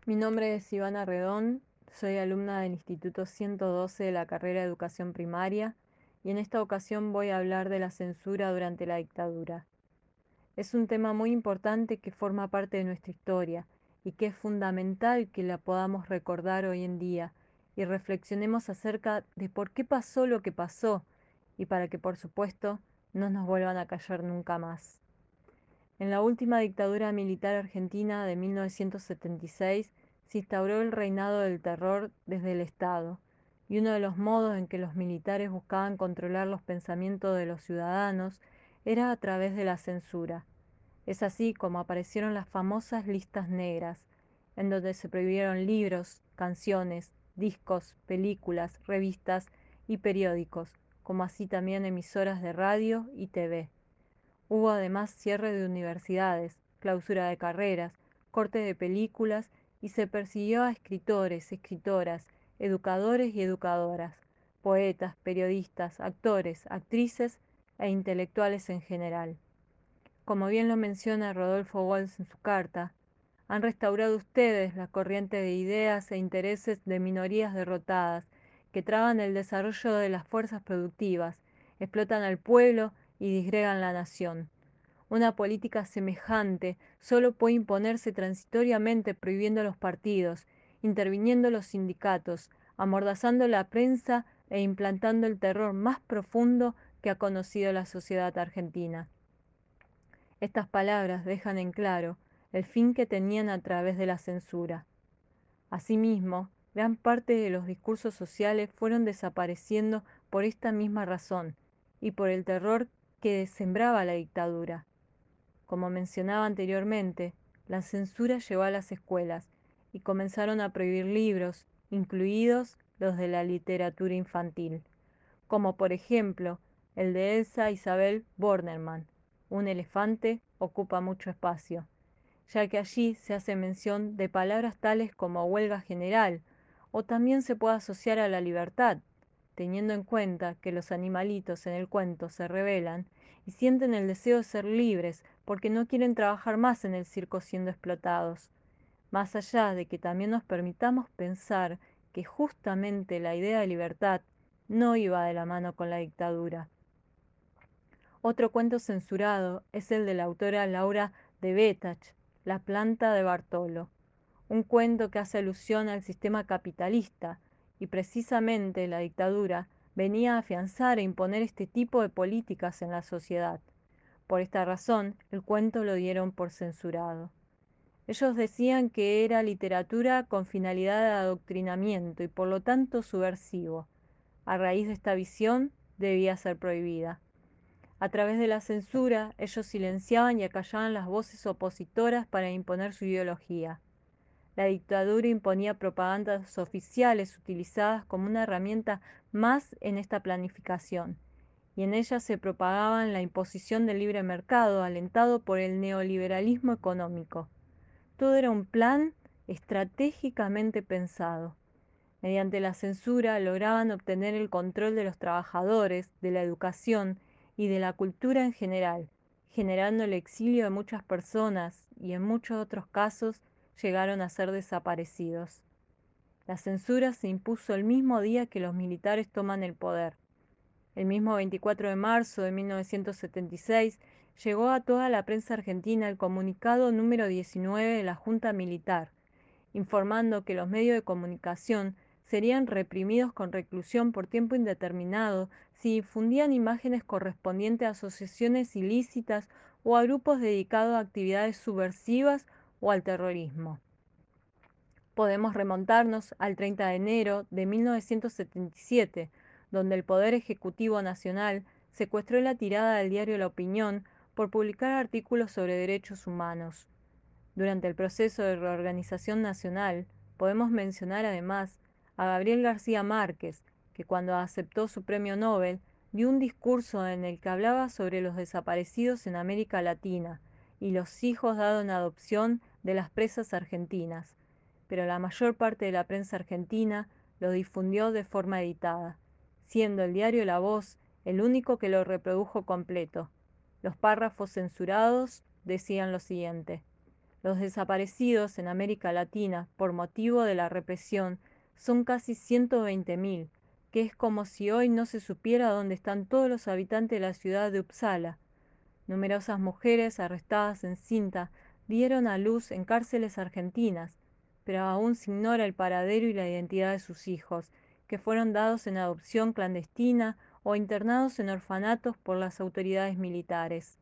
Mi nombre es Ivana Redón, soy alumna del Instituto 112 de la carrera de Educación Primaria y en esta ocasión voy a hablar de la censura durante la dictadura. Es un tema muy importante que forma parte de nuestra historia y que es fundamental que la podamos recordar hoy en día y reflexionemos acerca de por qué pasó lo que pasó y para que, por supuesto, no nos vuelvan a callar nunca más. En la última dictadura militar argentina de 1976 se instauró el reinado del terror desde el Estado, y uno de los modos en que los militares buscaban controlar los pensamientos de los ciudadanos era a través de la censura. Es así como aparecieron las famosas listas negras, en donde se prohibieron libros, canciones, discos, películas, revistas y periódicos, como así también emisoras de radio y TV. Hubo además cierre de universidades, clausura de carreras, corte de películas y se persiguió a escritores, escritoras, educadores y educadoras, poetas, periodistas, actores, actrices e intelectuales en general. Como bien lo menciona Rodolfo Walsh en su carta, han restaurado ustedes la corriente de ideas e intereses de minorías derrotadas que traban el desarrollo de las fuerzas productivas, explotan al pueblo y disgregan la nación. Una política semejante solo puede imponerse transitoriamente prohibiendo los partidos, interviniendo los sindicatos, amordazando la prensa e implantando el terror más profundo que ha conocido la sociedad argentina. Estas palabras dejan en claro el fin que tenían a través de la censura. Asimismo, gran parte de los discursos sociales fueron desapareciendo por esta misma razón y por el terror que sembraba la dictadura. Como mencionaba anteriormente, la censura llegó a las escuelas y comenzaron a prohibir libros, incluidos los de la literatura infantil, como por ejemplo el de Elsa Isabel Bornerman, Un elefante ocupa mucho espacio, ya que allí se hace mención de palabras tales como huelga general, o también se puede asociar a la libertad, teniendo en cuenta que los animalitos en el cuento se rebelan y sienten el deseo de ser libres porque no quieren trabajar más en el circo siendo explotados. Más allá de que también nos permitamos pensar que justamente la idea de libertad no iba de la mano con la dictadura. Otro cuento censurado es el de la autora Laura de Betach, La planta de Bartolo, un cuento que hace alusión al sistema capitalista, y precisamente la dictadura venía a afianzar e imponer este tipo de políticas en la sociedad. Por esta razón, el cuento lo dieron por censurado. Ellos decían que era literatura con finalidad de adoctrinamiento y por lo tanto subversivo. A raíz de esta visión, debía ser prohibida. A través de la censura, ellos silenciaban y acallaban las voces opositoras para imponer su ideología. La dictadura imponía propagandas oficiales utilizadas como una herramienta más en esta planificación, y en ellas se propagaban la imposición del libre mercado alentado por el neoliberalismo económico. Todo era un plan estratégicamente pensado. Mediante la censura lograban obtener el control de los trabajadores, de la educación y de la cultura en general, generando el exilio de muchas personas y en muchos otros casos llegaron a ser desaparecidos. La censura se impuso el mismo día que los militares toman el poder. El mismo 24 de marzo de 1976 llegó a toda la prensa argentina el comunicado número 19 de la Junta Militar, informando que los medios de comunicación serían reprimidos con reclusión por tiempo indeterminado si difundían imágenes correspondientes a asociaciones ilícitas o a grupos dedicados a actividades subversivas o al terrorismo. Podemos remontarnos al 30 de enero de 1977, donde el Poder Ejecutivo Nacional secuestró la tirada del diario La Opinión por publicar artículos sobre derechos humanos. Durante el proceso de reorganización nacional, podemos mencionar además a Gabriel García Márquez, que cuando aceptó su premio Nobel, dio un discurso en el que hablaba sobre los desaparecidos en América Latina y los hijos dados en adopción de las presas argentinas, pero la mayor parte de la prensa argentina lo difundió de forma editada, siendo el diario La Voz el único que lo reprodujo completo. Los párrafos censurados decían lo siguiente: Los desaparecidos en América Latina por motivo de la represión son casi 120.000, que es como si hoy no se supiera dónde están todos los habitantes de la ciudad de Uppsala. Numerosas mujeres arrestadas en cinta dieron a luz en cárceles argentinas, pero aún se ignora el paradero y la identidad de sus hijos, que fueron dados en adopción clandestina o internados en orfanatos por las autoridades militares.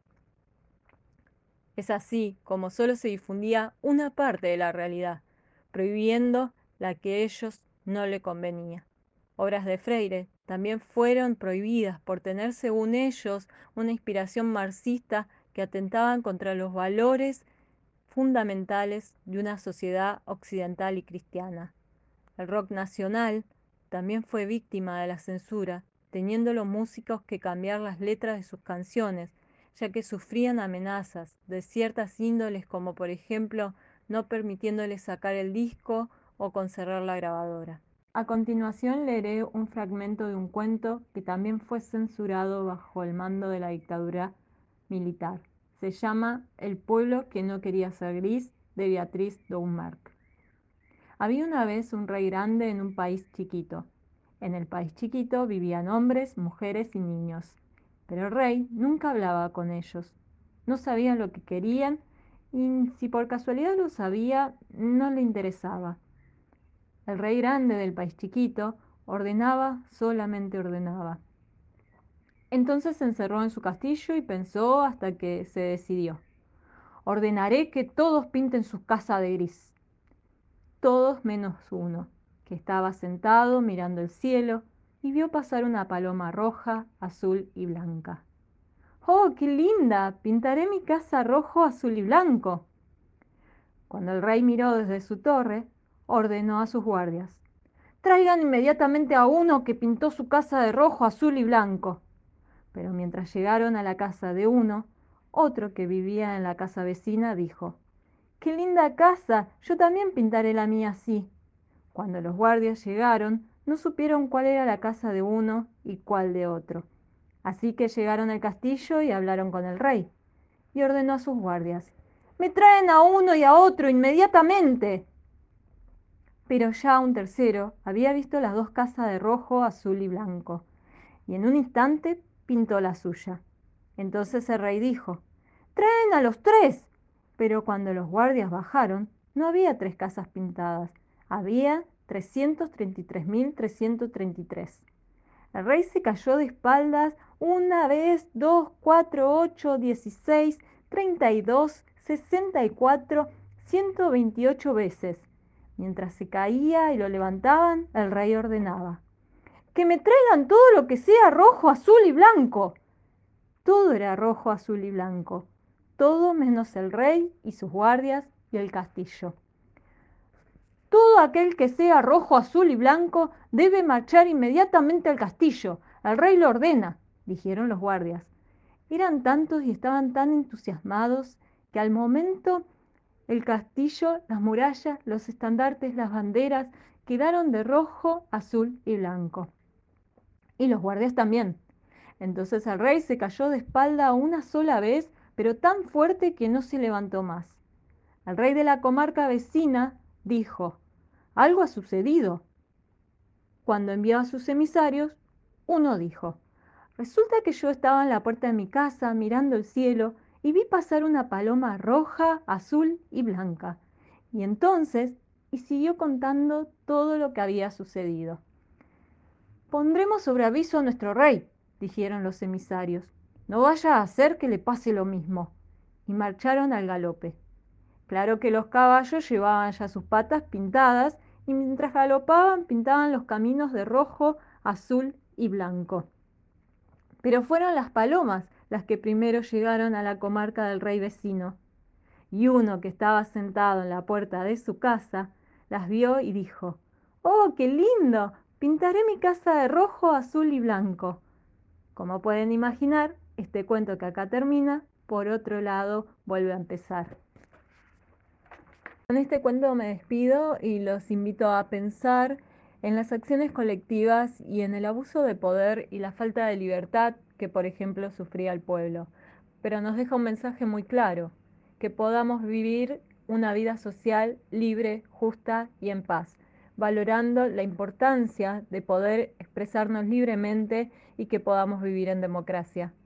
Es así como solo se difundía una parte de la realidad, prohibiendo la que a ellos no le convenía. Obras de Freire también fueron prohibidas por tener, según ellos, una inspiración marxista que atentaban contra los valores fundamentales de una sociedad occidental y cristiana. El rock nacional también fue víctima de la censura, teniendo los músicos que cambiar las letras de sus canciones, ya que sufrían amenazas de ciertas índoles como por ejemplo no permitiéndoles sacar el disco o con cerrar la grabadora. A continuación leeré un fragmento de un cuento que también fue censurado bajo el mando de la dictadura militar. Se llama El pueblo que no quería ser gris, de Beatriz Doumarc. Había una vez un rey grande en un país chiquito. En el país chiquito vivían hombres, mujeres y niños. Pero el rey nunca hablaba con ellos. No sabían lo que querían y si por casualidad lo sabía, no le interesaba. El rey grande del país chiquito ordenaba, solamente ordenaba. Entonces se encerró en su castillo y pensó hasta que se decidió. Ordenaré que todos pinten sus casas de gris. Todos menos uno, que estaba sentado mirando el cielo y vio pasar una paloma roja, azul y blanca. ¡Oh, qué linda! Pintaré mi casa rojo, azul y blanco. Cuando el rey miró desde su torre, ordenó a sus guardias: traigan inmediatamente a uno que pintó su casa de rojo, azul y blanco. Pero mientras llegaron a la casa de uno, otro que vivía en la casa vecina dijo: ¡qué linda casa! Yo también pintaré la mía así. Cuando los guardias llegaron, no supieron cuál era la casa de uno y cuál de otro. Así que llegaron al castillo y hablaron con el rey, y ordenó a sus guardias: ¡me traen a uno y a otro inmediatamente! Pero ya un tercero había visto las dos casas de rojo, azul y blanco, y en un instante pintó la suya. Entonces el rey dijo: traen a los tres. Pero cuando los guardias bajaron, no había tres casas pintadas, había 333.333. El rey se cayó de espaldas una vez, dos, cuatro, 8, 16, 32, 64, 128 veces. Mientras se caía y lo levantaban, el rey ordenaba: ¡que me traigan todo lo que sea rojo, azul y blanco! Todo era rojo, azul y blanco, todo menos el rey y sus guardias y el castillo. Todo aquel que sea rojo, azul y blanco debe marchar inmediatamente al castillo. El rey lo ordena, dijeron los guardias. Eran tantos y estaban tan entusiasmados que al momento el castillo, las murallas, los estandartes, las banderas quedaron de rojo, azul y blanco. Y los guardias también. Entonces el rey se cayó de espalda una sola vez, pero tan fuerte que no se levantó más. El rey de la comarca vecina dijo: algo ha sucedido. Cuando envió a sus emisarios, uno dijo: resulta que yo estaba en la puerta de mi casa mirando el cielo y vi pasar una paloma roja, azul y blanca. Y entonces, y siguió contando todo lo que había sucedido. Pondremos sobre aviso a nuestro rey, dijeron los emisarios. No vaya a hacer que le pase lo mismo. Y marcharon al galope. Claro que los caballos llevaban ya sus patas pintadas y mientras galopaban pintaban los caminos de rojo, azul y blanco. Pero fueron las palomas las que primero llegaron a la comarca del rey vecino. Y uno que estaba sentado en la puerta de su casa las vio y dijo: ¡oh, qué lindo! Pintaré mi casa de rojo, azul y blanco. Como pueden imaginar, este cuento que acá termina, por otro lado, vuelve a empezar. Con este cuento me despido y los invito a pensar en las acciones colectivas y en el abuso de poder y la falta de libertad que, por ejemplo, sufría el pueblo. Pero nos deja un mensaje muy claro: que podamos vivir una vida social libre, justa y en paz, valorando la importancia de poder expresarnos libremente y que podamos vivir en democracia.